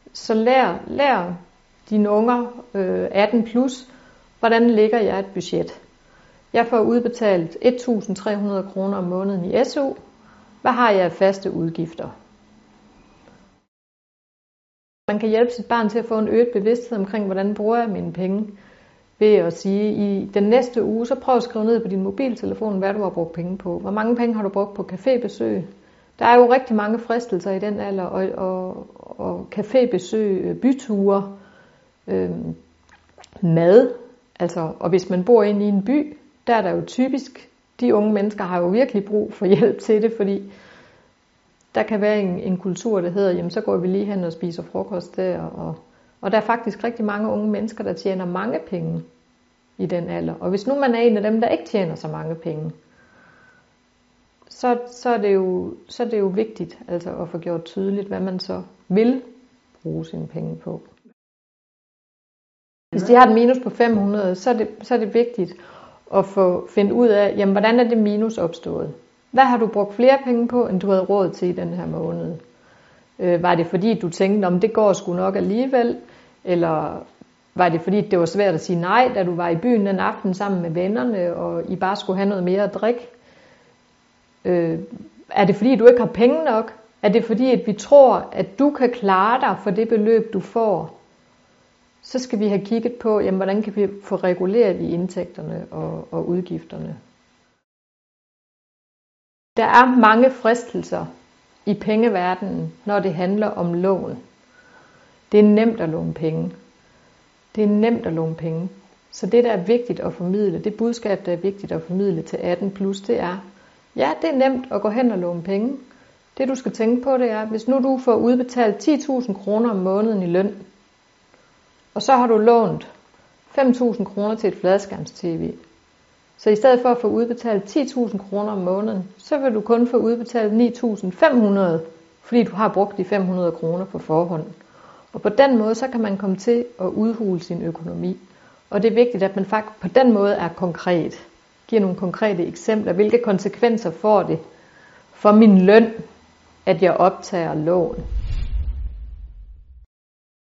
Så lær dine unger 18 plus, hvordan lægger jeg et budget. Jeg får udbetalt 1.300 kroner om måneden i SU. Hvad har jeg af faste udgifter? Man kan hjælpe sit barn til at få en øget bevidsthed omkring, hvordan bruger jeg mine penge. Ved at sige, i den næste uge, så prøv at skrive ned på din mobiltelefon, hvad du har brugt penge på. Hvor mange penge har du brugt på cafébesøg? Der er jo rigtig mange fristelser i den alder, og cafébesøg, byture, mad. Altså, og hvis man bor inde i en by, der er der jo typisk, de unge mennesker har jo virkelig brug for hjælp til det, fordi der kan være en kultur, der hedder, jamen så går vi lige hen og spiser frokost der. Og der er faktisk rigtig mange unge mennesker, der tjener mange penge i den alder. Og hvis nu man er en af dem, der ikke tjener så mange penge, så er det jo vigtigt altså at få gjort tydeligt, hvad man så vil bruge sine penge på. Hvis de har et minus på 500, så er det vigtigt at finde ud af, jamen, hvordan er det minus opstået? Hvad har du brugt flere penge på, end du havde råd til i den her måned? Var det fordi, du tænkte, om det går sgu nok alligevel? Eller var det fordi, det var svært at sige nej, da du var i byen den aften sammen med vennerne, og I bare skulle have noget mere at drikke? Er det fordi, du ikke har penge nok? Er det fordi, at vi tror, at du kan klare dig for det beløb, du får? Så skal vi have kigget på, jamen, hvordan kan vi få reguleret i indtægterne og udgifterne. Der er mange fristelser i pengeverdenen, når det handler om lån. Det er nemt at låne penge. Det er nemt at låne penge. Så det, der er vigtigt at formidle, det budskab, der er vigtigt at formidle til 18 plus, det er, ja, det er nemt at gå hen og låne penge. Det, du skal tænke på, det er, hvis nu du får udbetalt 10.000 kroner om måneden i løn, og så har du lånt 5.000 kroner til et fladskærms-tv. Så i stedet for at få udbetalt 10.000 kroner om måneden, så vil du kun få udbetalt 9.500, fordi du har brugt de 500 kroner på forhånd. Og på den måde, så kan man komme til at udhule sin økonomi. Og det er vigtigt, at man faktisk på den måde er konkret. Giver nogle konkrete eksempler. Hvilke konsekvenser får det for min løn, at jeg optager lån?